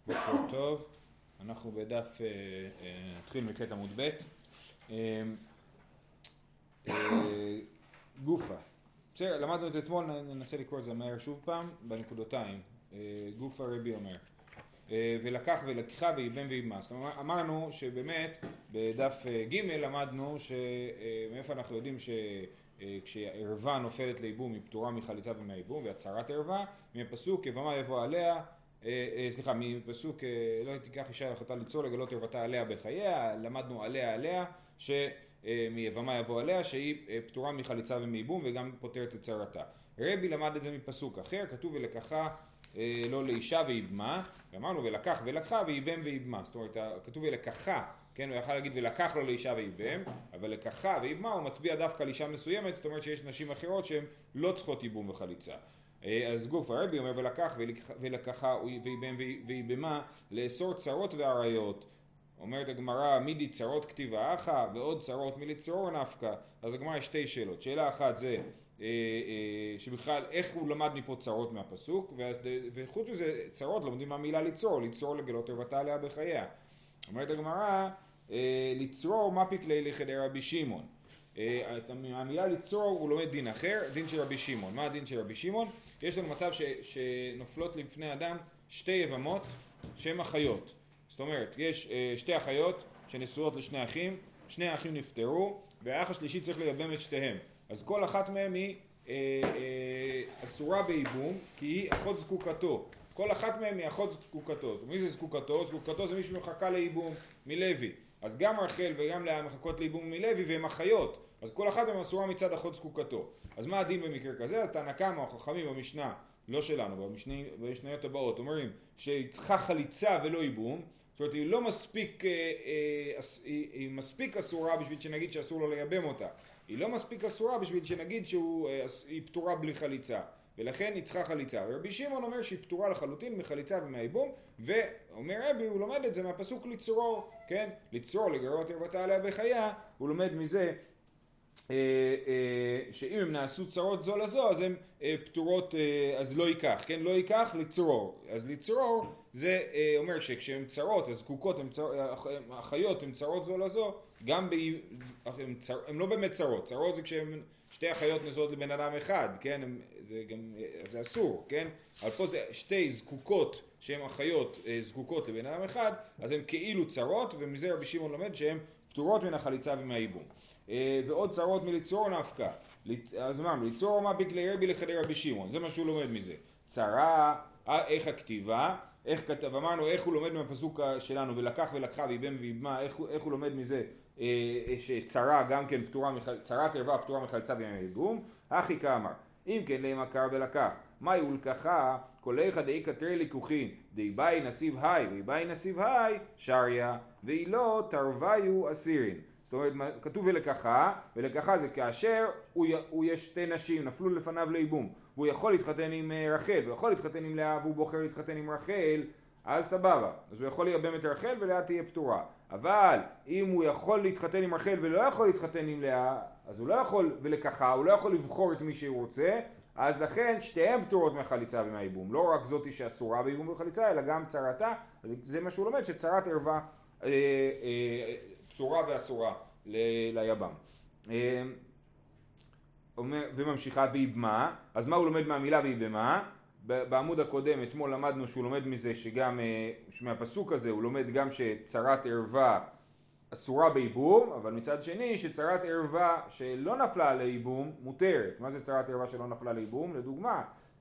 בוקר טוב, אנחנו בדף, נתחיל מקטע עמוד ב', גופה. בסדר, למדנו את זה אתמול, ננסה לקרוא את זה מהר שוב פעם, בנקודותיים. גופה רבי אומר. ולקח ולקחה ואיבם ואיבמה. זאת אומרת, אמרנו שבאמת בדף ג' למדנו שמאיפה אנחנו יודעים שכשערווה נופלת לאיבום היא פטורה מחליצה ומהאיבום, והצהרת ערווה, מהפסוק יבמה יבוא עליה, מפסוק לא תיקח אישה לחתה ליצור לגלות ערוותה עליה בחייה, למדנו עליה מיבמה יבוא עליה שהיא פטורה מחליצה ומאיבום וגם פותרת את צרתה. רבי למד את זה מפסוק אחר, כתוב ולקחה לא לאישה ואיבמה, ואמרנו ולקח ולקחה ואיבם ואיבמה, זאת אומרת כתוב ולקחה, כן, הוא יכול להגיד ולקח לו לאישה ואיבם, אבל לקחה ואיבמה הוא מצביע דווקא על אישה מסוימת, זאת אומרת שיש נשים אחרות שהן לא צריכות איבום וחליצה. אז גוף הרבי אומר ולקח ולקחה ואיבם ואיבמה לאסור צרות ועריות. אומרת הגמרא מידי צרות כתיבה אחא ועוד צרות מלצרור נפקא. אז הגמרא יש שתי שאלות. שאלה אחת זה שבכלל איך הוא למד מפה צרות מהפסוק, וחוץ מזה צרות לומדים מהמילה לצרור לגלות ערוותה עליה בחייה. אומרת הגמרא לצרור מפיק לחדר רבי שמעון. המילה ליצור הוא לומד דין אחר, דין של רבי שמעון. מה הדין של רבי שמעון? יש לנו מצב שנופלות לפני אדם שתי יבמות שהן אחיות. זאת אומרת, יש שתי אחיות שנשואות לשני אחים, שני האחים נפטרו, והאח השלישי צריך לייבם את שתיהם. אז כל אחת מהם היא אסורה בייבום, כי היא אחות זקוקתו. כל אחת מהם היא אחות זקוקתו. מי זה זקוקתו? זקוקתו זה מישהו שמחכה לייבום מלוי. אז גם רחל וגם לאה מחכות לייבום מלוי והן אחיות. אז כל אחת מהן אסורה מצד אחות זקוקתו. אז מה הדין במקרה כזה? אז תנא קמא או חכמים במשנה, לא שלנו, במשניות הבאות, אומרים שהיא צריכה חליצה ולא ייבום. זאת אומרת, היא לא מספיק, היא מספיק אסורה בשביל שנגיד שאסור לו לייבם אותה. היא לא מספיק אסורה בשביל שנגיד שהיא פטורה בלי חליצה. ולכן היא צריכה חליצה. ורבי שמעון אומר שהיא פטורה לחלוטין מחליצה ומהייבום, ואומר רבי, הוא לומד את זה מהפסוק לצרור, כן? לצרור לגלות ערוותה עליה בחייה, הוא לומד מזה שאם הם נעשו צרות זו לזו אז הן פטורות, אז לא ייקח, כן? לא ייקח לצרור. אז לצרור זה אומר שכשהן צרות, אז זקוקות, החיות הן צרות זו לזו, גם הן לא באמת צרות. צרות זה כשהן שתי החיות נשואות לבן אדם אחד, כן? זה אסור, כן? אבל פה זה שתי זקוקות שהן החיות זקוקות לבן אדם אחד, אז הן כאילו צרות, ומזה רבי שמעון לומד שהן פטורות מן החליצה ומהייבום. ועוד צרות מלצרור נפקא. אז מה, לצרור מה בגלי רבי לחדר רבי שמעון, זה מה שהוא לומד מזה. צרה, איך הכתיבה, איך כתב, אמרנו איך הוא לומד מהפסוק שלנו, ולקח ולקחה ואיבם ואיבמה, איך הוא לומד מזה שצרה גם כן פטורה, צרת ערווה פטורה מחליצה ומהייבום. הכי כאמר, אם כן למה קר ולקח, מהי ולקחה, כל איכא דאי קטרי ליקוחין, דאי באי נסיב היי, ואי באי נסיב היי, שריה, ואי לא תרוויו אסירין. זאת אומרת, כתוב ולקחה זה כאשר יש שתי נשים, נפלו לפניו לייבום, והוא יכול להתחתן עם רחל, והוא יכול להתחתן עם לאה, והוא בוחר להתחתן עם רחל, אז סבבה. אז הוא יכול לייבם את רחל ולאה תהיה פטורה. אבל אם הוא יכול להתחתן עם רחל ולא יכול להתחתן עם לאה, אז הוא לא יכול ולקחה, הוא לא יכול לבחור את מי שהוא רוצה, אז לכן שתיהן פטורות מהחליצה ומהייבום. לא רק זאתי שאסורה בייבום וחליצה, אלא גם צרתה. זה מה שהוא לומד, שצרת ערווה פטורה ואסורה ליבם. וממשיכה ואיבמה, אז מה הוא לומד מהמילה ואיבמה? בעמוד הקודם אתמול למדנו שהוא לומד מזה שגם מהפסוק הזה הוא לומד גם שצרת ערווה אסורה בייבום, אבל מצד שני שצרת ערווה שלא נפלה לייבום מותרת. מה זה צרת ערווה שלא נפלה לייבום? לדוגמה,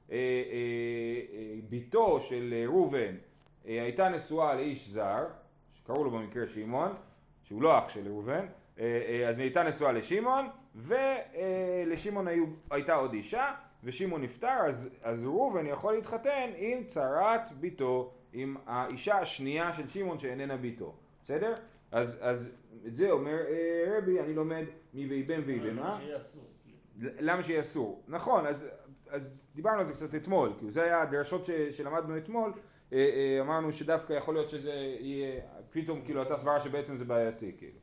ביתו של ראובן הייתה נשואה לאיש זר, שקראו לו במקרה שמעון, שהוא לא אח של ראובן, אז היא הייתה נשואה לשמעון, ולשמעון הייתה עוד אישה, ושמעון נפטר, אז ראובן יכול להתחתן עם צרת ביתו, עם האישה השנייה של שמעון שאיננה ביתו. בסדר? אז את זה אומר רבי, אני לומד מי ואיבם ואיבמה. למה שיהיה אסור? נכון, אז דיברנו על זה קצת אתמול, כי זה היה הדרשות שלמדנו אתמול, אמרנו שדווקא יכול להיות שזה יהיה, פתאום כאילו הייתה סברה שבעצם זה בעייתי, כאילו.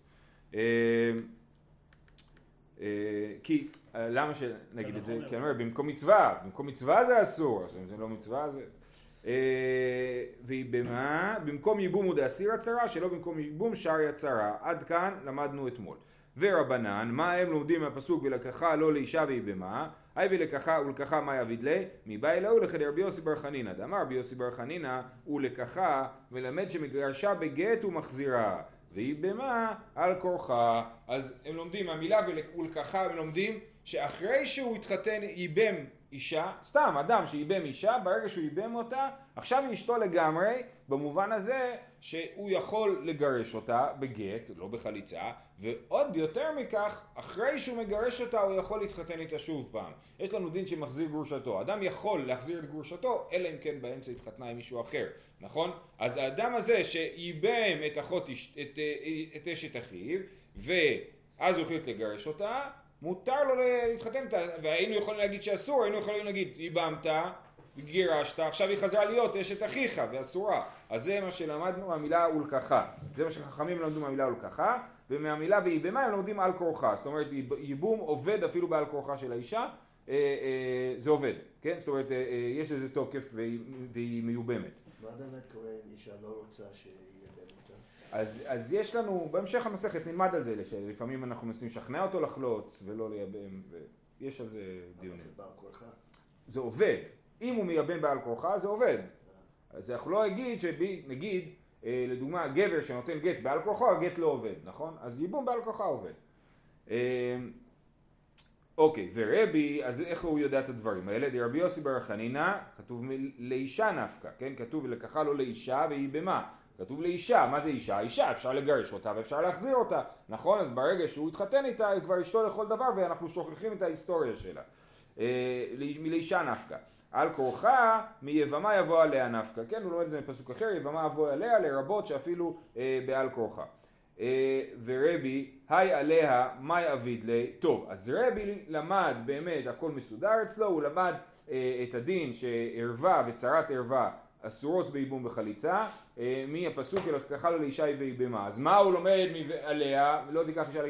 כי, למה שנגיד את זה? כי אני אומר, במקום מצווה זה אסור, אז אם זה לא מצווה זה... ויבמה, במקום ייבום הוא דאסיר הצרה, שלא במקום ייבום שרי הצרה. עד כאן למדנו אתמול. ורבנן, מה הם לומדים מהפסוק ולקחה לא לאישה ויבמה? היי ולקחה מה יביד לי? מבא אלוהו לחדר רבי יוסי בר חנינא. דאמר רבי יוסי בר חנינא ולקחה ולמד שמגרשה בגט ומחזירה. ויבמה על כורחה. אז הם לומדים מהמילה ולקחה, הם לומדים שאחרי שהוא התחתן ייבם אישה, סתם אדם שייבם אישה, ברגע שהוא ייבם אותה, עכשיו היא אשתו לגמרי, במובן הזה שהוא יכול לגרש אותה בגט, לא בחליצה, ועוד יותר מכך, אחרי שהוא מגרש אותה הוא יכול להתחתן איתה שוב פעם. יש לנו דין שמחזיר גרושתו. אדם יכול להחזיר את גרושתו, אלא אם כן באמצע התחתנה עם מישהו אחר, נכון? אז האדם הזה שייבם את אשת אחיו, ואז הוא החליט לגרש אותה, מותר לו להתחתן איתה, והיינו יכולים להגיד שאסור, היינו יכולים להגיד, ייבמת, גירשת, עכשיו היא חזרה להיות אשת אחיך ואסורה. אז זה מה שלמדנו מהמילה ולקחה. זה מה שחכמים למדו מהמילה ולקחה, ומהמילה ויבמה הם לומדים על כורחה. זאת אומרת, ייבום עובד אפילו בעל כורחה של האישה, זה עובד, כן? זאת אומרת, יש איזה תוקף והיא מיובמת. מה באמת קורה אם אישה לא רוצה שייבם אותה? אז יש לנו, בהמשך המסכת נלמד על זה, שלפעמים אנחנו מנסים לשכנע אותו לחלוץ ולא לייבם, ויש על זה דיונים. אבל זה בעל כורחה? זה עובד. אם הוא מייבם בעל כורחה זה עובד. אז אנחנו לא נגיד שנגיד, לדוגמה, גבר שנותן גט בעל כורחו, הגט לא עובד, נכון? אז ייבום בעל כורחה עובד. אוקיי, ורבי, אז איך הוא יודע את הדברים האלה? דרבי יוסי בר חנינא, כתוב לאישה נפקא, כן? כתוב לקחה לו לאישה וייבמה. כתוב לאישה, מה זה אישה? אישה, אפשר לגרש אותה ואפשר להחזיר אותה, נכון? אז ברגע שהוא התחתן איתה, היא כבר אשתו לכל דבר ואנחנו שוכחים את ההיסטוריה שלה. מלאישה נפקא. על כורחה, מיבמה יבוא עליה נפקא, כן? הוא לומד את זה מפסוק אחר, יבמה יבוא עליה, לרבות שאפילו בעל כורחה. ורבי, היי עליה, מי אביד לי? טוב, אז רבי למד באמת, הכל מסודר אצלו, הוא למד את הדין שערווה וצרת ערווה אסורות בייבום וחליצה, מהפסוק לקחה לו לאישה ויבמה. אז מה הוא לומד עליה? לא תיקח אישה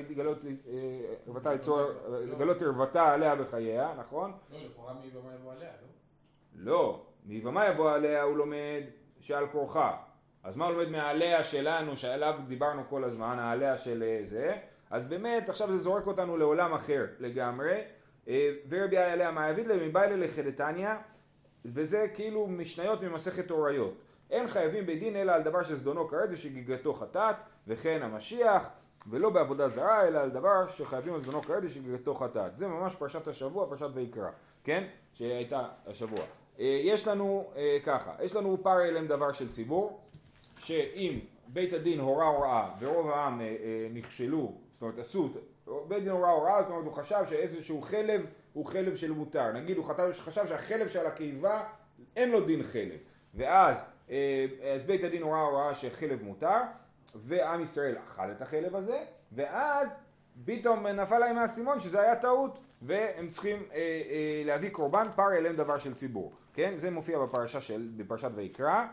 לגלות ערוותה עליה בחייה, נכון? לא, לכאורה מיבמה יבוא עליה, לא? לא, מיבמה יבוא עליה הוא לומד שעל כורחה. אז מה הוא לומד מהעליה שלנו, שעליו דיברנו כל הזמן, העליה של זה? אז באמת עכשיו זה זורק אותנו לעולם אחר לגמרי. ורבי עליה מה יביד לי? מבעילה לחדתניא, וזה כאילו משניות ממסכת הוריות. אין חייבים בית דין אלא על דבר שזדונו כרת ושגיגתו חטאת, וכן המשיח, ולא בעבודה זרה אלא על דבר שחייבים על זדונו כרת ושגיגתו חטאת. זה ממש פרשת השבוע, פרשת ויקרא, כן? שהייתה השבוע. יש לנו ככה, יש לנו פר אלם דבר של ציבור, שאם בית הדין הוראה ורוב העם נכשלו, זאת אומרת עשו, בית דין הוראה, זאת אומרת הוא חשב שאיזשהו חלב הוא חלב של מותר, נגיד הוא חשב שהחלב של הקיבה אין לו דין חלב, ואז בית הדין הוראה שחלב מותר, ועם ישראל אכל את החלב הזה, ואז פתאום נפל להם מהסימון שזה היה טעות, והם צריכים להביא קורבן פר אלם דבר של ציבור, כן? זה מופיע בפרשת ויקרא,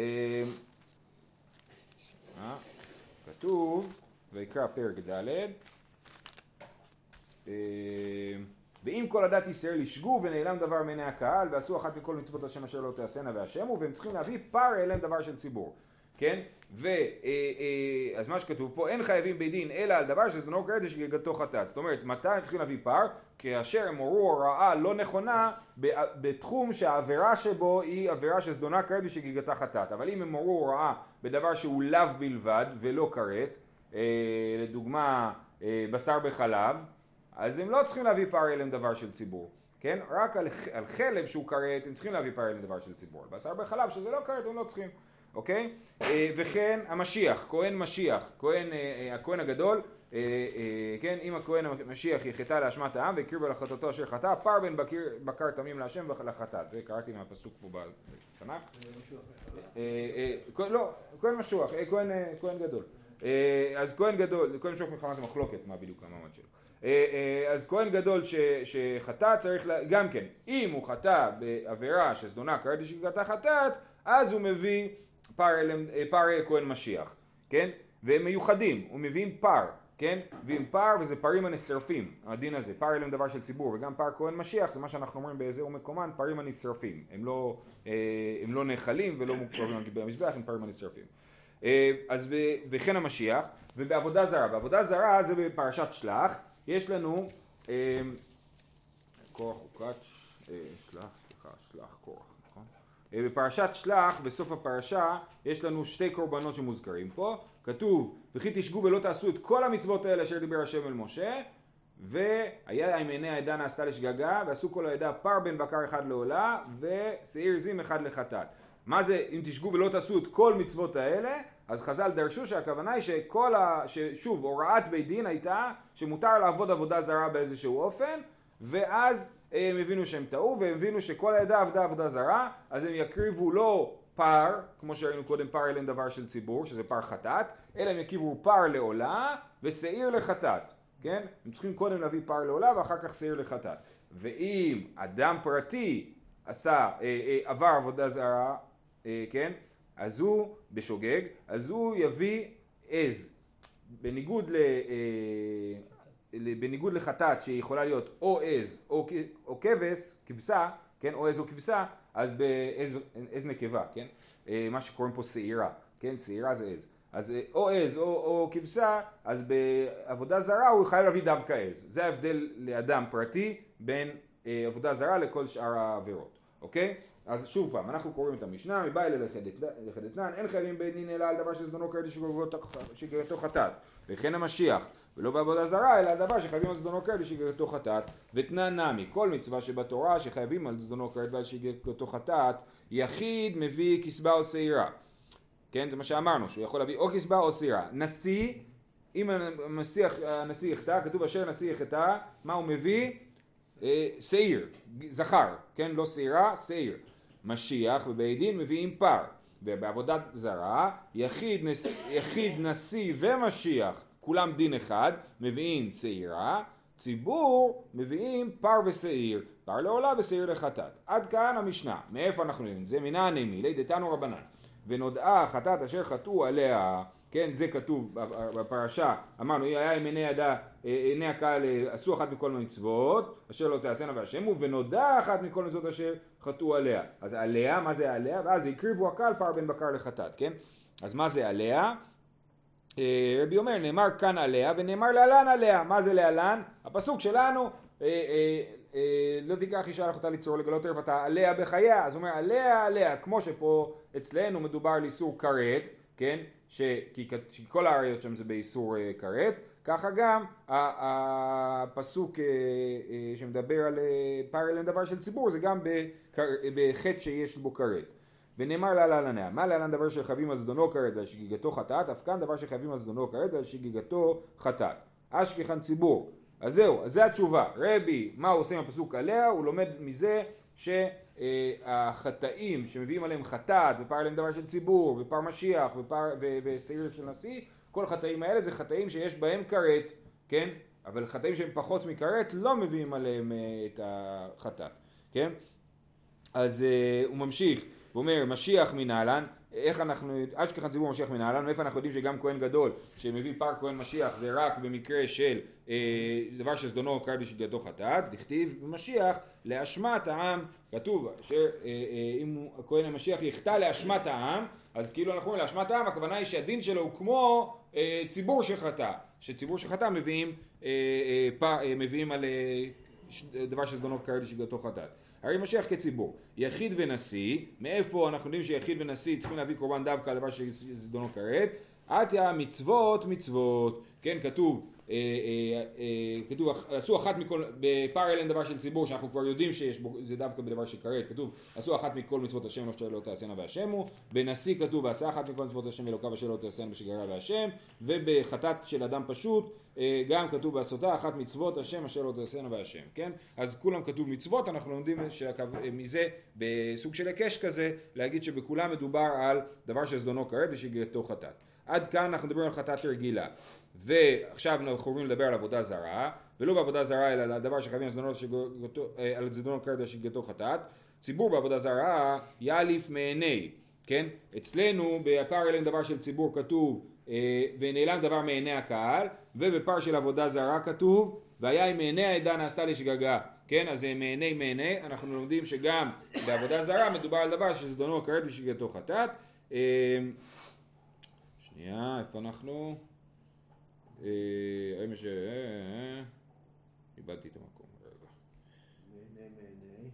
כתוב ויקרא פרק ד', ואם כל עדת ישראל ישגו ונעלם דבר מעיני הקהל ועשו אחת מכל מצוות השם אשר לא תעשינה והשמו, והם צריכים להביא פר אלם דבר של ציבור, כן? אז מה שכתוב פה, אין חייבים בית דין אלא על דבר שזדונו כרת ושגיגתו חטאת. זאת אומרת, מתי הם צריכים להביא פר? כאשר הם הורו הוראה לא נכונה בתחום שהעבירה שבו היא עבירה שזדונה כרת ושגיגתה חטאת. אבל אם הם הורו הוראה בדבר שהוא לאו בלבד ולא כרת, לדוגמה בשר בחלב, אז הם לא צריכים להביא פר אלם דבר של ציבור, כן? רק על חלב שהוא כרת הם צריכים להביא פר אלם דבר של ציבור. בשר בחלב שזה לא כרת הם לא צריכים, אוקיי? וכן המשיח, כהן משיח, הכהן הגדול, כן? אם הכהן המשיח יחטא לאשמת העם והקריב על חטאתו אשר חטא, פר בן בקר תמים להשם ולחטאת. זה קראתי מהפסוק פה בתנ"ך. לא, כהן משוח, כהן גדול. אז כהן גדול, כהן משוח מלחמה זה מחלוקת מה בדיוק המעמד שלו. אז כהן גדול שחטא צריך גם כן, אם הוא חטא בעבירה שזדונה כרת ושגיגתה חטאת, אז הוא מביא פר כהן משיח, כן? והם מיוחדים, הוא מביאים פר, כן? ועם פר, וזה פרים הנשרפים, הדין הזה, פר אליהם דבר של ציבור, וגם פר כהן משיח, זה מה שאנחנו אומרים באיזה ומקומן, פרים הנשרפים, הם לא נאכלים ולא מוקרבים על גבי המזבח, הם פרים הנשרפים. אז וכן המשיח, ובעבודה זרה, בעבודה זרה זה בפרשת שלח, יש לנו קורח וקץ, שלח קורח, נכון? בפרשת שלח, בסוף הפרשה, יש לנו שתי קורבנות שמוזכרים פה, כתוב, וכי תשגו ולא תעשו את כל המצוות האלה אשר דיבר השם אל משה, והיה עם עיני העדה נעשתה לשגגה, ועשו כל העדה פר בן בקר אחד לעולה, ושעיר זים אחד לחטאת. מה זה אם תשגו ולא תעשו את כל מצוות האלה? אז חז"ל דרשו שהכוונה היא ששוב, הוראת בית דין הייתה שמותר לעבוד עבודה זרה באיזשהו אופן, ואז הם הבינו שהם טעו, והם הבינו שכל העדה עבדה עבודה זרה, אז הם יקריבו לא פר, כמו שראינו קודם פר אליהם דבר של ציבור, שזה פר חטאת, אלא הם יקריבו פר לעולה ושעיר לחטאת, כן? הם צריכים קודם להביא פר לעולה ואחר כך שעיר לחטאת. ואם אדם פרטי עבר עבודה זרה, כן? אז הוא בשוגג, אז הוא יביא עז. בניגוד לחטאת שהיא יכולה להיות או עז או כבשה, כן? או עז או כבשה, אז בעז נקבה, כן? מה שקוראים פה שעירה, כן? שעירה זה עז. אז או עז או כבשה, אז בעבודה זרה הוא חייב להביא דווקא עז. זה ההבדל לאדם פרטי בין עבודה זרה לכל שאר העבירות, אוקיי? אז שוב פעם, אנחנו קוראים את המשנה, מבא אלה לחדתנן, אין חייבים בית דין אלא על דבר שזדונו כרת שגרתו חטאת, וכן המשיח, ולא בעבודה זרה, אלא על דבר שחייבים על זדונו כרת שגרתו חטאת, ותנן נמי, כל מצווה שבתורה שחייבים על זדונו כרת ועל שגרתו חטאת, יחיד מביא כסבה או שעירה. כן, זה מה שאמרנו, שהוא יכול להביא או כסבה או שעירה. נשיא, אם הנשיא יחטא, כתוב אשר נשיא יחטא, מה הוא מביא? שעיר, זכר, כן, לא שעירה, שעיר. משיח ובית דין מביאים פר, ובעבודת זרה יחיד נשיא ומשיח, כולם דין אחד, מביאים שעירה, ציבור מביאים פר ושעיר, פר לעולה ושעיר לחטאת. עד כאן המשנה, מאיפה אנחנו יודעים? זה מנא נמי, לידתנו רבנן. ונודעה חטאת אשר חטאו עליה, כן, זה כתוב בפרשה, אמרנו, היה עם עיני הקהל עשו אחת מכל המצוות, אשר לא תעשנה והשמו, ונודעה אחת מכל המצוות אשר חטאו עליה. אז עליה, מה זה עליה? ואז הקריבו הקהל פר בן בקר לחטאת, כן? אז מה זה עליה? רבי אומר, נאמר כאן עליה ונאמר להלן עליה. מה זה להלן? הפסוק שלנו, לא תיקח אישה לחותה ליצור לגלות ערוותה עליה בחייה, אז הוא אומר עליה, כמו שפה אצלנו מדובר על איסור כרת, כן? כי כל העריות שם זה באיסור כרת, ככה גם הפסוק שמדבר על פר אליהם דבר של ציבור זה גם בחטא שיש בו כרת. ונאמר להלן, מה להלן דבר שחייבים על זדונו כרת ועל שגיגתו חטאת, אף כאן דבר שחייבים על זדונו כרת ועל שגיגתו חטאת. אשכחן ציבור. אז זהו, אז זה התשובה. רבי, מה הוא עושה עם הפסוק עליה? הוא לומד מזה שהחטאים שמביאים עליהם חטאת ופר עליהם דבר של ציבור ופר משיח ושעיר של נשיא, כל החטאים האלה זה חטאים שיש בהם כרת, כן? אבל חטאים שהם פחות מכרת לא מביאים עליהם את החטאת, כן? אז הוא ממשיך ואומר משיח מנהלן, איך אנחנו, אשכחן ציבור משיח מנהלן, מאיפה אנחנו יודעים שגם כהן גדול שמביא פר כהן משיח זה רק במקרה של דבר שזדונו כרת בשגיגתו חטאת, דכתיב במשיח לאשמת העם, כתוב שאם הכהן המשיח יחטא לאשמת העם, אז כאילו אנחנו אומרים לאשמת העם, הכוונה היא שהדין שלו הוא כמו ציבור שחטא, שציבור שחטא מביאים על דבר שזדונו כרת בשגיגתו חטאת. הרי משיח כציבור, יחיד ונשיא, מאיפה אנחנו יודעים שיחיד ונשיא צריכים להביא קורבן דווקא על דבר שזדונו כרת? עתיה מצוות, כן, כתוב עשו אחת מכל, בפר אליהם דבר של ציבור שאנחנו כבר יודעים שיש בו, זה דווקא בדבר שכרת, כתוב עשו אחת מכל מצוות השם אשר לא תעשנה והשמו, בנשיא כתוב ועשה אחת מכל מצוות השם אלוקיו אשר לא תעשנה בשגרה והשם, ובחטאת של אדם פשוט גם כתוב ועשותה אחת מצוות השם אשר לא תעשנה והשם, כן? אז כולם כתוב מצוות, אנחנו לומדים מזה בסוג של הקש כזה, להגיד שבכולם מדובר על דבר שזדונו כרת ושגיגתו חטאת. עד כאן אנחנו מדברים על חטאת רגילה, ועכשיו אנחנו עוברים לדבר על עבודה זרה, ולא בעבודה זרה אלא על דבר שחייבים על זדונו כרת ושגיגתו חטאת. ציבור בעבודה זרה יאליף מעיני, כן? אצלנו בפער אליהם דבר של ציבור כתוב ונעלם דבר מעיני הקהל, ובפער של עבודה זרה כתוב והיה אם מעיני העדה נעשתה לשגגה, כן? אז מעיני, אנחנו לומדים שגם בעבודה זרה מדובר על דבר שזדונו כרת ושגגתו חטאת. שנייה, איפה אנחנו? איבדתי את המקום. מעיני.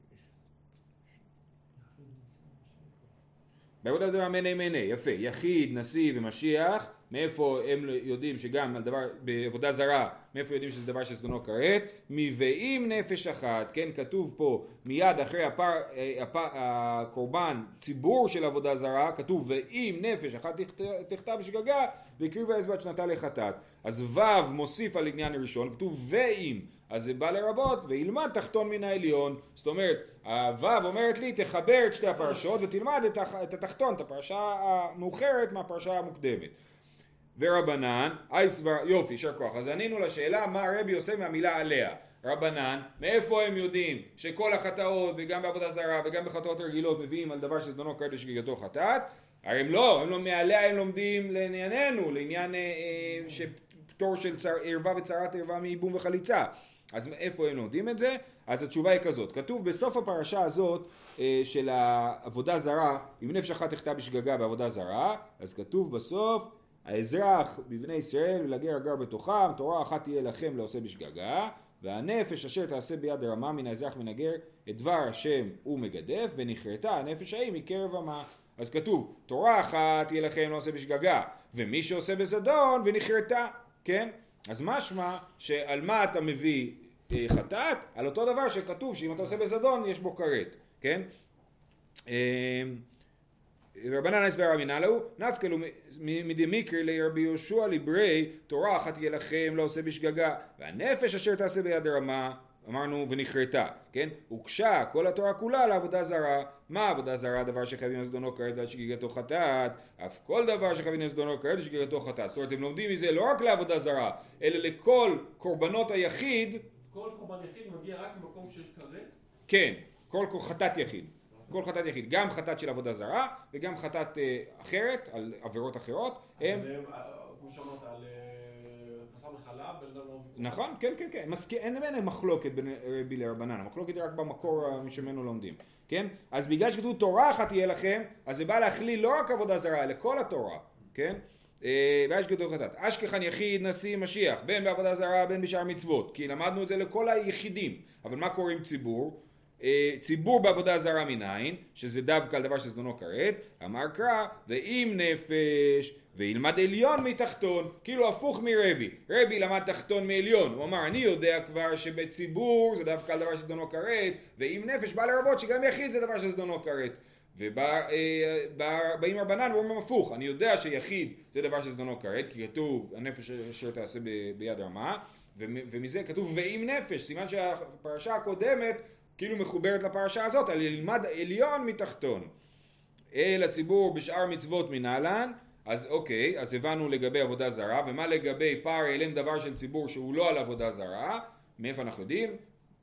בעבודה זרה מעיני, יפה. יחיד, נשיא ומשיח, מאיפה הם יודעים שגם על דבר, בעבודה זרה, מאיפה יודעים שזה דבר שזדונו כרת? מבאים נפש אחת, כן? כתוב פה מיד אחרי הקורבן ציבור של עבודה זרה, כתוב ואם נפש אחת תחטא בשגגה והקריבה אצבעת שנתה לחטאת. אז ו' מוסיף על עניין הראשון, כתוב ואם, אז זה בא לרבות וילמד תחתון מן העליון. זאת אומרת, הו' אומרת לי תחבר את שתי הפרשות ותלמד את התחתון, את הפרשה המאוחרת מהפרשה המוקדמת. ורבנן, יופי, שר כוח. אז ענינו לשאלה מה הרבי עושה מהמילה עליה. רבנן, מאיפה הם יודעים שכל החטאות וגם בעבודה זרה וגם בחטאות רגילות מביאים על דבר שזדונו כרת ושגגתו חטאת? הרי הם לא מעליה הם לומדים לענייננו, לעניין שפטור של ערווה וצרת ערווה מייבום וחליצה. אז איפה הם לומדים את זה? אז התשובה היא כזאת, כתוב בסוף הפרשה הזאת של העבודה זרה, אם נפש אחת תחטא בשגגה בעבודה זרה, אז כתוב בסוף האזרח בבני ישראל ולגר הגר בתוכם, תורה אחת תהיה לכם לעושה בשגגה, והנפש אשר תעשה ביד רמה מן האזרח מן הגר את דבר השם הוא מגדף, ונכרתה הנפש ההיא מקרב עמה. אז כתוב תורה אחת תהיה לכם לעושה בשגגה, ומי שעושה בזדון ונכרתה, כן? אז משמע שעל מה אתה מביא חטאת? על אותו דבר שכתוב שאם אתה עושה בזדון יש בו כרת, כן? רבנן הסבר אמינא להו, נפקלו מדמיקרי לרבי יהושע לברי, תורה אחת תהיה לכם לא עושה בשגגה, והנפש אשר תעשה ביד רמה, אמרנו ונכרתה, כן? הוקשה כל התורה כולה לעבודה זרה. מה עבודה זרה? דבר שחייבים לזדונו כרת ושגגתו חטאת, אף כל דבר שחייבים לזדונו כרת ושגגתו חטאת. זאת אומרת, הם לומדים מזה לא רק לעבודה זרה, אלא לכל קורבנות היחיד. כל קורבן יחיד מגיע רק במקום שיש כרת? כן, כל חטאת יחיד. כל חטאת יחיד, גם חטאת של עבודה זרה וגם חטאת אחרת, על עבירות אחרות, הם... כמו שאמרת, על פסה בחלב, נכון, כן. אין ביניהם מחלוקת בין רבי לרבנן, המחלוקת היא רק במקור שממנו לומדים, כן? אז בגלל שכתוב תורה אחת תהיה לכם, אז זה בא להכליל לא רק עבודה זרה, אלא כל התורה, כן? ויש כתוב חטאת. אשכחן יחיד נשיא משיח, בין בעבודה זרה, בין בשאר מצוות, כי למדנו את זה לכל היחידים, אבל מה קורה עם ציבור? ציבור בעבודה זרה מניין, שזה דווקא על דבר שזדונו כרת, אמר קרא, ואם נפש, וילמד עליון מתחתון, כאילו הפוך מרבי. רבי למד תחתון מעליון, הוא אמר, אני יודע כבר שבציבור זה דווקא על דבר שזדונו כרת, ואם נפש בא לרבות שגם יחיד זה דבר שזדונו כרת. ובאים רבנן ואומרים הפוך, אני יודע שיחיד זה דבר שזדונו כרת, כי כתוב הנפש אשר תעשה ביד רמה, ומזה כתוב ואם נפש, סימן שהפרשה הקודמת כאילו מחוברת לפרשה הזאת, על ילמד עליון מתחתון. אל הציבור בשאר מצוות מנהלן, אז אוקיי, אז הבנו לגבי עבודה זרה, ומה לגבי פער אליהם דבר של ציבור שהוא לא על עבודה זרה, מאיפה אנחנו יודעים?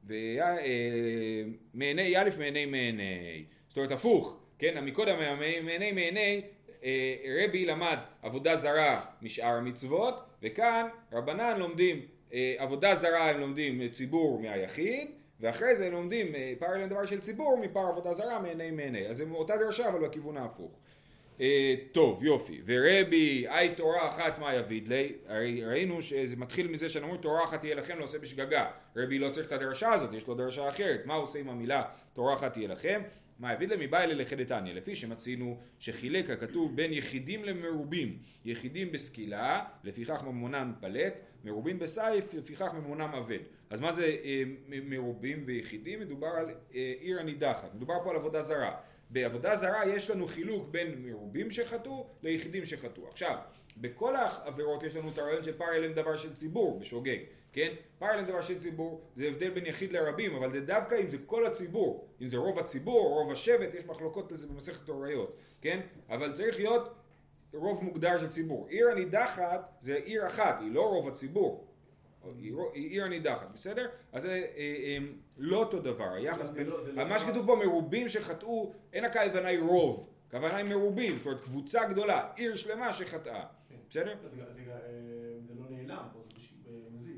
מעיני יאלף מעיני. זאת אומרת הפוך, כן, מקודם מעיני, רבי למד עבודה זרה משאר המצוות, וכאן רבנן לומדים עבודה זרה, הם לומדים ציבור מהיחיד, ואחרי זה הם לומדים פער אליהם דבר של ציבור מפער עבודה זרה מעיני. אז הם אותה דרשה אבל בכיוון ההפוך. טוב, יופי. ורבי, תורה אחת מה יביד לי? ראינו שזה מתחיל מזה שאנחנו תורה אחת תהיה לכם לא עושה בשגגה. רבי לא צריך את הדרשה הזאת, יש לו דרשה אחרת. מה עושה עם המילה תורה אחת תהיה לכם? מה יביד לי? מבא אלה לחדתניה. לפי שמצינו שחילק הכתוב בין יחידים למרובים. יחידים בסקילה, לפיכך ממונם פלט, מרובים בסייף, לפיכך ממונם אבד. אז מה זה מרובים ויחידים? מדובר על עיר הנידחת. מדובר פה על עבודה זרה. בעבודה זרה יש לנו חילוק בין מרובים שחטאו ליחידים שחטאו. עכשיו, בכל העבירות יש לנו את הרעיון של פער אליהם דבר של ציבור, בשוגג, כן? פער אליהם דבר של ציבור זה הבדל בין יחיד לרבים, אבל זה דווקא אם זה כל הציבור, אם זה רוב הציבור או רוב השבט, יש מחלוקות לזה במסכת הוריות, כן? אבל צריך להיות רוב מוגדר של ציבור. עיר הנידחת זה עיר אחת, היא לא רוב הציבור. עיר הנידחת, בסדר? אז זה לא אותו דבר, היחס בין... מה שכתוב פה מרובים שחטאו, אין הכוונה היא רוב, הכוונה היא מרובים, זאת אומרת קבוצה גדולה, עיר שלמה שחטאה. בסדר? זה לא נעלם, פה זה במזיד.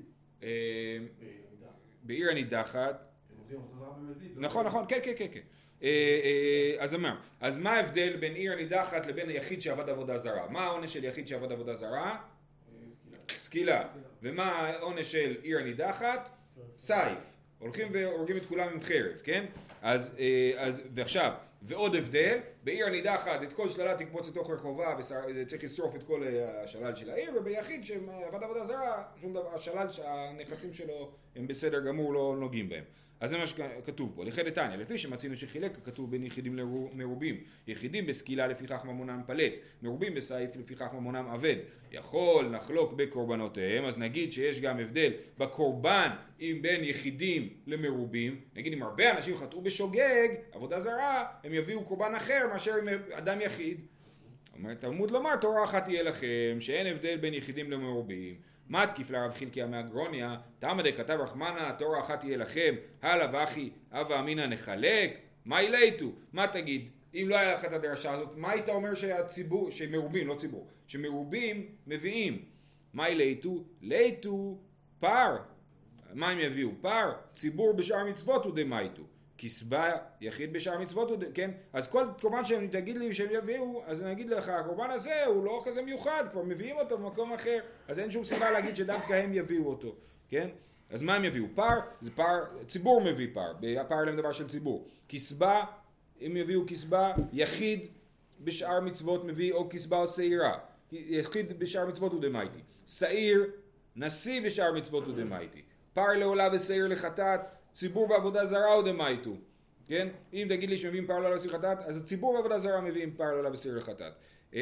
בעיר הנידחת. הם עובדים אותו זרה במזיד. נכון, כן. אז מה ההבדל בין עיר הנידחת לבין היחיד שעבד עבודה זרה? מה העונש של יחיד שעבד עבודה זרה? סקילה. ומה העונש של עיר הנידחת? סייף. הולכים והורגים את כולם עם חרב, כן? ועכשיו, ועוד הבדל, בעיר הנידחת את כל שללה תקפוץ לתוך רחובה וצריך לשרוף את כל השלל של העיר, וביחיד שעבד עבודה זרה, שום דבר, השלל, הנכסים שלו הם בסדר גמור, לא נוגעים בהם. אז זה מה שכתוב פה, לכן דתניא, לפי שמצינו שחילק, כתוב בין יחידים למרובים, יחידים בסקילה לפיכך ממונם פלט, מרובים בסייף לפיכך ממונם עבד, יכול נחלוק בקורבנותיהם, אז נגיד שיש גם הבדל בקורבן אם בין יחידים למרובים, נגיד אם הרבה אנשים חטאו בשוגג, עבודה זרה, הם יביאו קורבן אחר מאשר עם אדם יחיד. אומר תלמוד לומר, תורה אחת תהיה לכם, שאין הבדל בין יחידים למרובים. מה תקיף לרב חלקיה מהגרוניה, תעמדי כתב רחמנה, תורה אחת תהיה לכם, הלאה ואחי, אבא אמינא נחלק, מה ילייטו? מה תגיד? אם לא היה לך את הדרשה הזאת, מה היית אומר שהציבור, שמרובים, לא ציבור, שמרובים מביאים? מה ילייטו? לייטו פר. מה הם יביאו? פר. ציבור בשאר מצוות הוא דמייטו. כסבה יחיד בשאר מצוות, כן? אז כל קורבן שהם תגיד לי שהם יביאו, אז אני אגיד לך, הקורבן הזה הוא לא כזה מיוחד, כבר מביאים אותו במקום אחר, אז אין שום סיבה להגיד שדווקא הם יביאו אותו, כן? אז מה הם יביאו? פר, זה פר, ציבור מביא פר, פר להם דבר של ציבור. כסבה, הם יביאו כסבה, יחיד בשאר מצוות מביא או כסבה או שעירה. יחיד בשאר מצוות הוא דמייטי. שעיר, נשיא בשאר מצוות הוא דמייטי. פר לעולה ושעיר לחטאת, ציבור בעבודה זרה או דמייטו, כן? אם תגיד לי שמביאים פר לעולה ושעיר לחטאת, אז הציבור בעבודה זרה מביאים פר לעולה ושעיר לחטאת.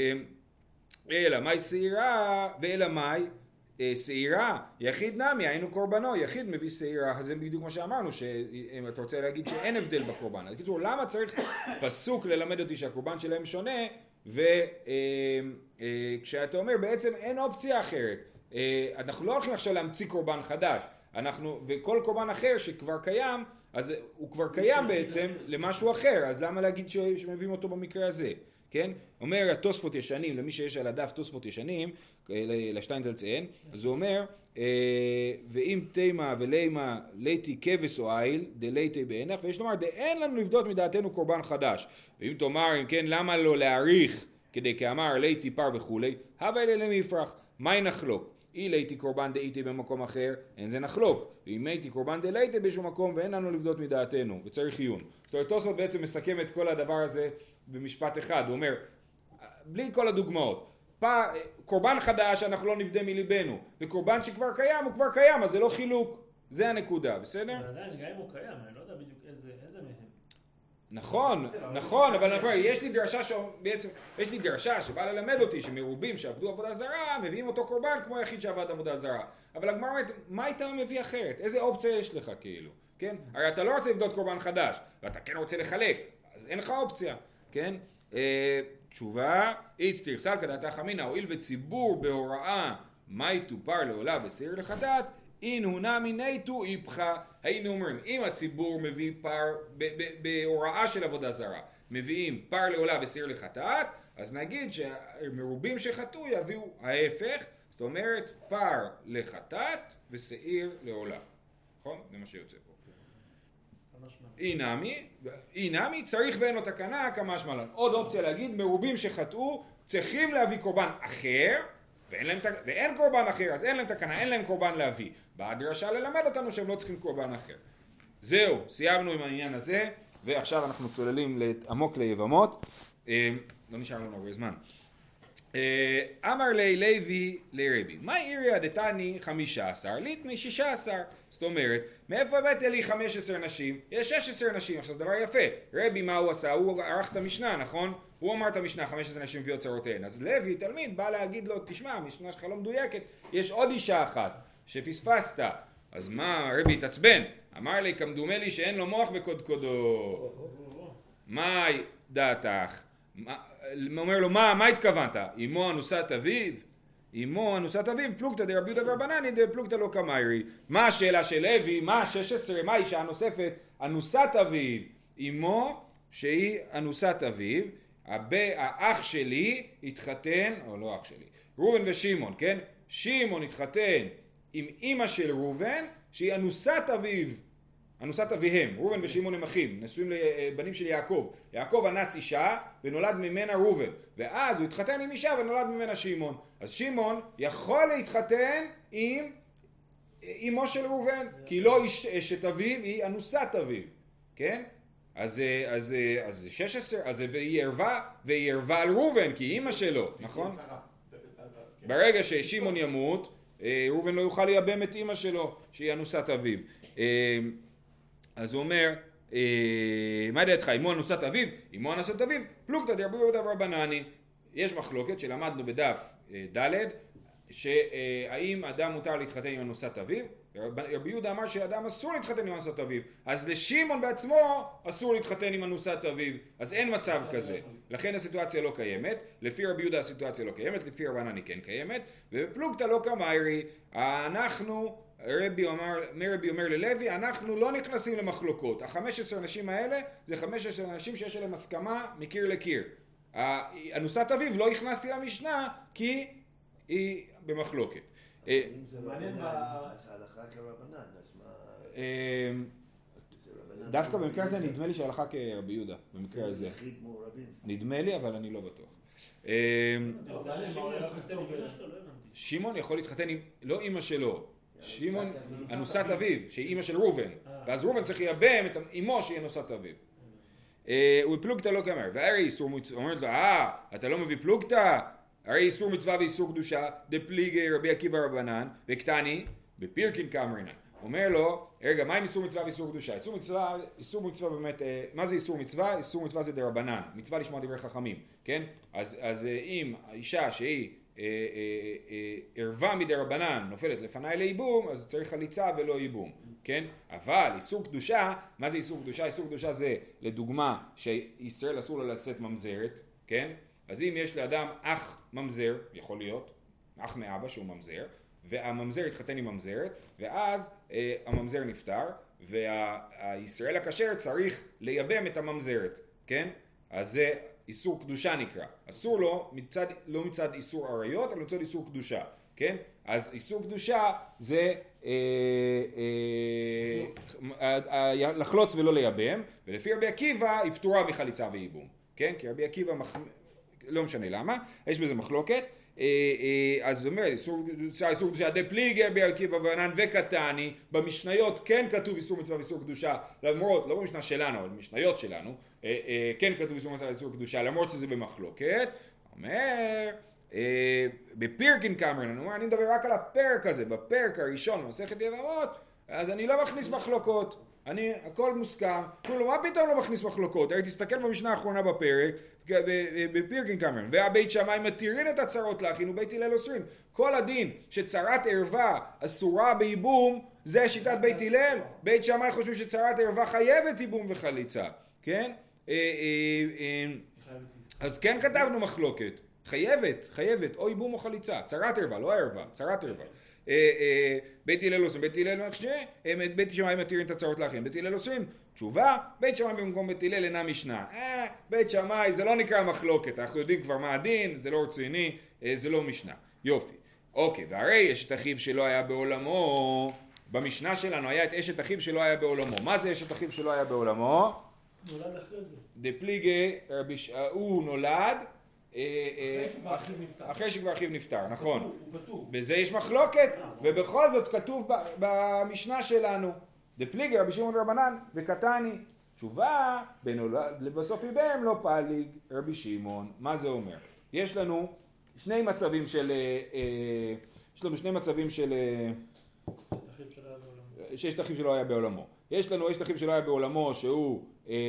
אלא מאי שעירה ואלא מאי שעירה, יחיד נמי, היינו קורבנו, יחיד מביא שעירה, אז זה בדיוק מה שאמרנו, שאם אתה רוצה להגיד שאין הבדל בקורבן. אז קיצור, למה צריך פסוק ללמד אותי שהקורבן שלהם שונה, וכשאתה אומר בעצם אין אופציה אחרת, אנחנו לא הולכים עכשיו להמציא קורבן חדש, וכל קורבן אחר שכבר קיים, אז הוא כבר קיים בעצם למשהו אחר, אז למה להגיד שמביאים אותו במקרה הזה? כן? אומר התוספות ישנים, למי שיש על הדף תוספות ישנים, לשטיינזלץ אין, אז הוא אומר, ואם תימה ולימה ליתי כבש או איל, דליתי בעינך, ויש לומר, אין לנו לבדות מדעתנו קורבן חדש. ואם תאמר, אם כן, למה לא להעריך, כדי כאמר ליתי פר וכולי, הווה אלה למפרח, מהי נחלוק? אי ליתי קורבן דאיתי במקום אחר, אין זה נחלוק. ואם הייתי קורבן דליתי באיזשהו מקום, ואין לנו לבדות מדעתנו, וצריך עיון. זאת אומרת, תוספות בעצם מסכם את כל הדבר הזה במשפט אחד. הוא אומר, בלי כל הדוגמאות, קורבן חדש אנחנו לא נפדה מליבנו, וקורבן שכבר קיים הוא כבר קיים, אז זה לא חילוק. זה הנקודה, בסדר? אבל עדיין, גם אם הוא קיים, אני לא יודע בדיוק איזה מהם. נכון, אבל יש לי דרשה שבאה ללמד אותי שמרובים שעבדו עבודה זרה, מביאים אותו קורבן כמו היחיד שעבד עבודה זרה. אבל הגמרא אומרת, מה היית מביא אחרת? איזה אופציה יש לך כאילו? כן? הרי אתה לא רוצה לבדות קורבן חדש, ואתה כן רוצה לחלק, אז אין לך אופציה, כן? תשובה, איצטיר סלקא דעתך אמינא, הואיל וציבור בהוראה מאי תופר לעולה ושעיר לחטאת, אין הונה מיניתו איפכה. היינו אומרים, אם הציבור מביא פר בהוראה של עבודה זרה, מביאים פר לעולה ושעיר לחטאת, אז נגיד שמרובים שחטאו יביאו ההפך, זאת אומרת פר לחטאת ושעיר לעולה. נכון? זה מה שיוצא פה. אינמי צריך ואין לו תקנה כמה שמלן. עוד אופציה להגיד, מרובים שחטאו צריכים להביא קורבן אחר, ואין קורבן אחר, אז אין להם תקנה, אין להם קורבן להביא. באה דרשה ללמד אותנו שהם לא צריכים קורבן אחר. זהו, סיימנו עם העניין הזה, ועכשיו אנחנו צוללים עמוק ליבמות. לא נשאר לנו הרבה זמן. אמר לי לוי לרבי, מה עיריה דתני 15, ליטמי 16. זאת אומרת, מאיפה הבאת לי 15 נשים? יש 16 נשים, עכשיו זה דבר יפה. רבי מה הוא עשה? הוא ערך את המשנה, נכון? הוא אמר את המשנה, 15 נשים מביאות צרותיהן. אז לוי, תלמיד, בא להגיד לו, תשמע, המשנה שלך לא מדויקת, יש עוד אישה אחת שפספסת. אז מה, רבי התעצבן? אמר לי, כמדומה לי שאין לו מוח בקודקודו. מה דעתך? אומר לו, מה התכוונת? אמו אנוסת אביו? אמו אנוסת אביו, פלוגתא דרבי יהודה ורבנן, פלוגתא לא קמיירי. מה השאלה של לוי? מה 16? מה האישה הנוספת? אנוסת אביו. אמו שהיא אנוסת אביו, האח שלי התחתן, או לא אח שלי, ראובן ושמעון, כן? שמעון התחתן עם אמא של ראובן, שהיא אנוסת אביו, אנוסת אביהם. ראובן ושמעון הם אחים, נשואים לבנים של יעקב. יעקב אנס אישה ונולד ממנה ראובן, ואז הוא התחתן עם אישה ונולד ממנה שמעון. אז שמעון יכול להתחתן עם אמו של ראובן, כי לא אשת אביו, היא אנוסת אביו, כן? אז 16, אז והיא ערבה על ראובן, כי היא אמא שלו, נכון? ברגע ששמעון ימות, ראובן לא יוכל לייבם את אמא שלו, שהיא אנוסת אביו. אז הוא אומר, מה דעתך, אמו אנוסת אביו? אמו אנוסת אביו, פלוגתא דרבי יהודה ורבנני. יש מחלוקת שלמדנו בדף ד' שהאם אדם מותר להתחתן עם אנוסת אביו. רבי יהודה אמר שאדם אסור להתחתן עם אנוסת אביו, אז לשמעון בעצמו אסור להתחתן עם אנוסת אביו, אז אין מצב כזה, לכן הסיטואציה לא קיימת. לפי רבי יהודה הסיטואציה לא קיימת, לפי רבנן כן קיימת. ובפלוגתא לא קמיירי, אנחנו, רבי אומר ללוי, אנחנו לא נכנסים למחלוקות. ה-15 אנשים האלה זה 15 אנשים שיש להם הסכמה מקיר לקיר. אנוסת אביו לא הכנסתי למשנה כי היא במחלוקת. אם זה רבנן, אז הלכה כרבנן, אז מה... דווקא במקרה הזה נדמה לי שהלכה כרבי יהודה, במקרה הזה. יחיד מעורבים. נדמה לי, אבל אני לא בטוח. שמעון יכול להתחתן עם, לא אמא שלו, שמעון אנוסת אביו, שהיא אמא של ראובן, ואז ראובן צריך לייבם את אמו שהיא אנוסת אביו. ופלוגתא לא כאמר, והרי איסור מצווה, אומרת לו, אתה לא מביא פלוגתא? הרי איסור מצווה ואיסור קדושה, דפליגי רבי עקיבא רבנן, וקטני, בפירקין כאמרינן. אומר לו, רגע, מה עם איסור מצווה ואיסור קדושה? איסור מצווה באמת, מה זה איסור מצווה? איסור מצווה זה דרבנן, מצווה לשמוע דברי חכמים, כן? אז אם האישה שהיא ערווה מדרבנן נופלת לפניי לייבום, אז צריך חליצה ולא ייבום, כן? אבל איסור קדושה, מה זה איסור קדושה? איסור קדושה זה לדוגמה שישראל אסור לו לשאת ממזרת, כן? אז אם יש לאדם אח ממזר, יכול להיות, אח מאבא שהוא ממזר, והממזר התחתן עם ממזרת, ואז הממזר נפטר, והישראל הכשר צריך לייבם את הממזרת, כן? אז זה איסור קדושה נקרא. אסור לו, לא מצד איסור עריות, אלא מצד איסור קדושה, כן? אז איסור קדושה זה לחלוץ ולא לייבם, ולפי רבי עקיבא היא פטורה מחליצה וייבום, כן? כי רבי עקיבא לא משנה למה, יש בזה מחלוקת. אז זאת אומרת, איסור קדושה דפליגי רבי עקיבא רבנן וקטני, במשניות כן כתוב איסור מצווה ואיסור קדושה, למרות, לא במשנה שלנו, אבל במשניות שלנו, כן כתוב איסור מצווה ואיסור קדושה, למרות שזה במחלוקת. אומר, בפירקין כאמרינן, הוא אומר, אני מדבר רק על הפרק הזה, בפרק הראשון במסכת יבמות, אז אני לא מכניס מחלוקות. הכל מוסכם, כלומר, מה פתאום לא מכניס מחלוקות? הרי תסתכל במשנה האחרונה בפרק, בפירקין כאמרינן, והבית שמאי מתירין את הצרות לאחין ובית הלל אוסרין. כל הדין שצרת ערווה אסורה בייבום, זה שיטת בית הלל. בית שמאי חושבים שצרת ערווה חייבת ייבום וחליצה, כן? אז כן כתבנו מחלוקת, חייבת, או ייבום או חליצה, צרת ערווה, לא ערווה, צרת ערווה. בית הלל אוסרים, בית הלל בית שמאי מתירים את הצרות לאחים, בית הלל אוסרים. תשובה, בית שמאי במקום בית הלל אינה משנה. בית שמאי זה לא נקרא מחלוקת, אנחנו יודעים כבר מה הדין, זה לא רציני, זה לא משנה. יופי. אוקיי, והרי יש את אחיו שלא היה בעולמו, במשנה שלנו היה את אשת אחיו שלא היה בעולמו. מה זה אשת אחיו שלא היה בעולמו? נולד אחרי זה. דפליגי, הוא נולד אחרי שכבר אחיו נפטר, נכון. בזה יש מחלוקת, ובכל זאת כתוב במשנה שלנו, דפליגי רבי שמעון רבנן וקטני. תשובה, לבסוף יבם לא פליג רבי שמעון. מה זה אומר? יש לנו שני מצבים של שיש אחיו שלא היה בעולמו. יש לנו אשת אחיו שלא היה בעולמו שהוא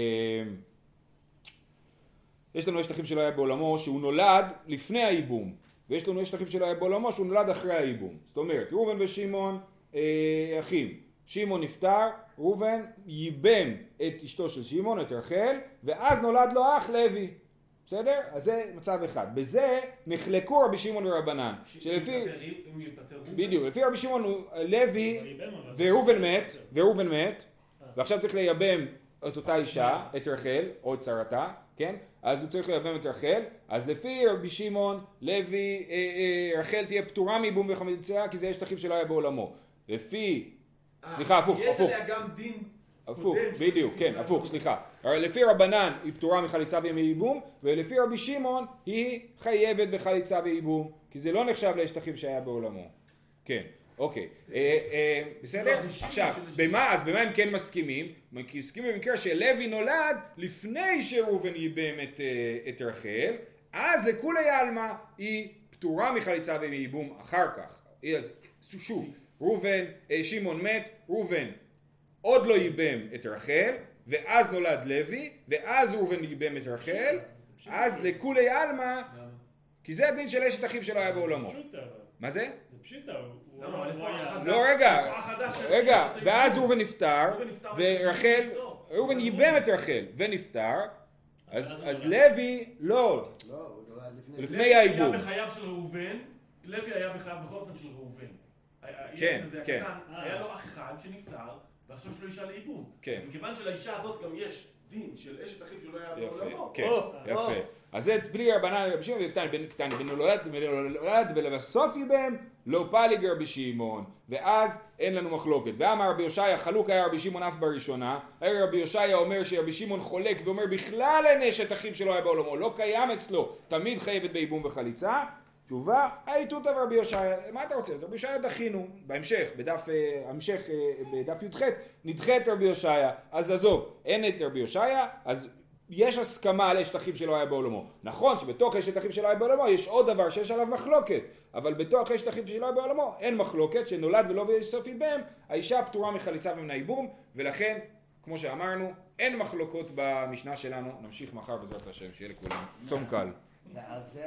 שהוא נולד לפני הייבום, ויש לנו אשת אחיו שלא היה בעולמו שהוא נולד אחרי הייבום. זאת אומרת, ראובן ושמעון אחים. שמעון נפטר, ראובן ייבם את אשתו של שמעון, את רחל, ואז נולד לו אח לוי. בסדר? אז זה מצב אחד. בזה נחלקו רבי שמעון ורבנן. בדיוק, לפי רבי שמעון לוי וראובן מת, ועכשיו צריך לייבם את אותה אישה, את רחל, או את צרתה, כן? אז הוא צריך לייבם את רחל, אז לפי רבי שמעון, לוי, רחל תהיה פטורה מייבום וחליצה, כי זה יש אחיו שלא היה בעולמו. לפי, סליחה, הפוך, יש הפוך. עליה גם דין הפוך, קודם של בדיוק, שפיטה. כן, הפוך, סליחה. לפי רבנן היא פטורה מחליצה ומייבום, ולפי רבי שמעון היא חייבת בחליצה וייבום, כי זה לא נחשב לאשת אחיו שהיה בעולמו. כן, אוקיי. בסדר? עכשיו, אז במה הם כן מסכימים? הם מסכימים במקרה שלוי נולד לפני שראובן ייבם את רחל, אז לכולי עלמא היא פטורה מחליצה ומייבום אחר כך. אז שוב, שמעון מת, ראובן עוד לא ייבם את רחל, ואז נולד לוי, ואז ראובן ייבם את רחל, אז לכולי עלמא, כי זה הדין של אשת אחיו שלא היה בעולמו. מה זה? זה פשיטה, לא, רגע, ואז ראובן נפטר, ורחל, ראובן ייבם את רחל, ונפטר, אז לוי, לא, לפני הייבום. היה בחייו של ראובן, לוי היה בחייו בכל אופן של ראובן. כן, כן. היה לו אח אחד שנפטר, ועכשיו יש לו אישה לייבום. כן. מכיוון שלאישה הזאת גם יש דין של אשת אחיו שלא היה בעולמו. כן, יפה. אז זה בלי רבנן רבי שמעון וקטן בן נולד ולבסוף ייבם לא פליג רבי שמעון, ואז אין לנו מחלוקת. ואמר רבי יושעיה, חלוק היה רבי שמעון אף בראשונה. רבי יושעיה אומר שרבי שמעון חולק ואומר בכלל אין אשת אחיו שלא היה בעולמו, לא קיים אצלו, תמיד חייבת בייבום וחליצה. תשובה, הייתותא רבי יושעיה, מה אתה רוצה? רבי יושעיה דחינו, בהמשך, בדף י"ח, נדחה את רבי יושעיה, אז עזוב, אין את רבי יושעיה, אז יש הסכמה על אשת אחיו שלא היה בעולמו. נכון שבתוך אשת אחיו שלא היה בעולמו יש עוד דבר שיש עליו מחלוקת, אבל בתוך אשת אחיו שלא היה בעולמו אין מחלוקת, שנולד ולא בסוף ייבם, האישה פטורה מחליצה ומן הייבום, ולכן, כמו שאמרנו, אין מחלוקות במשנה שלנו, נמשיך מחר בעזרת השם, שיהיה לכולם צום קל.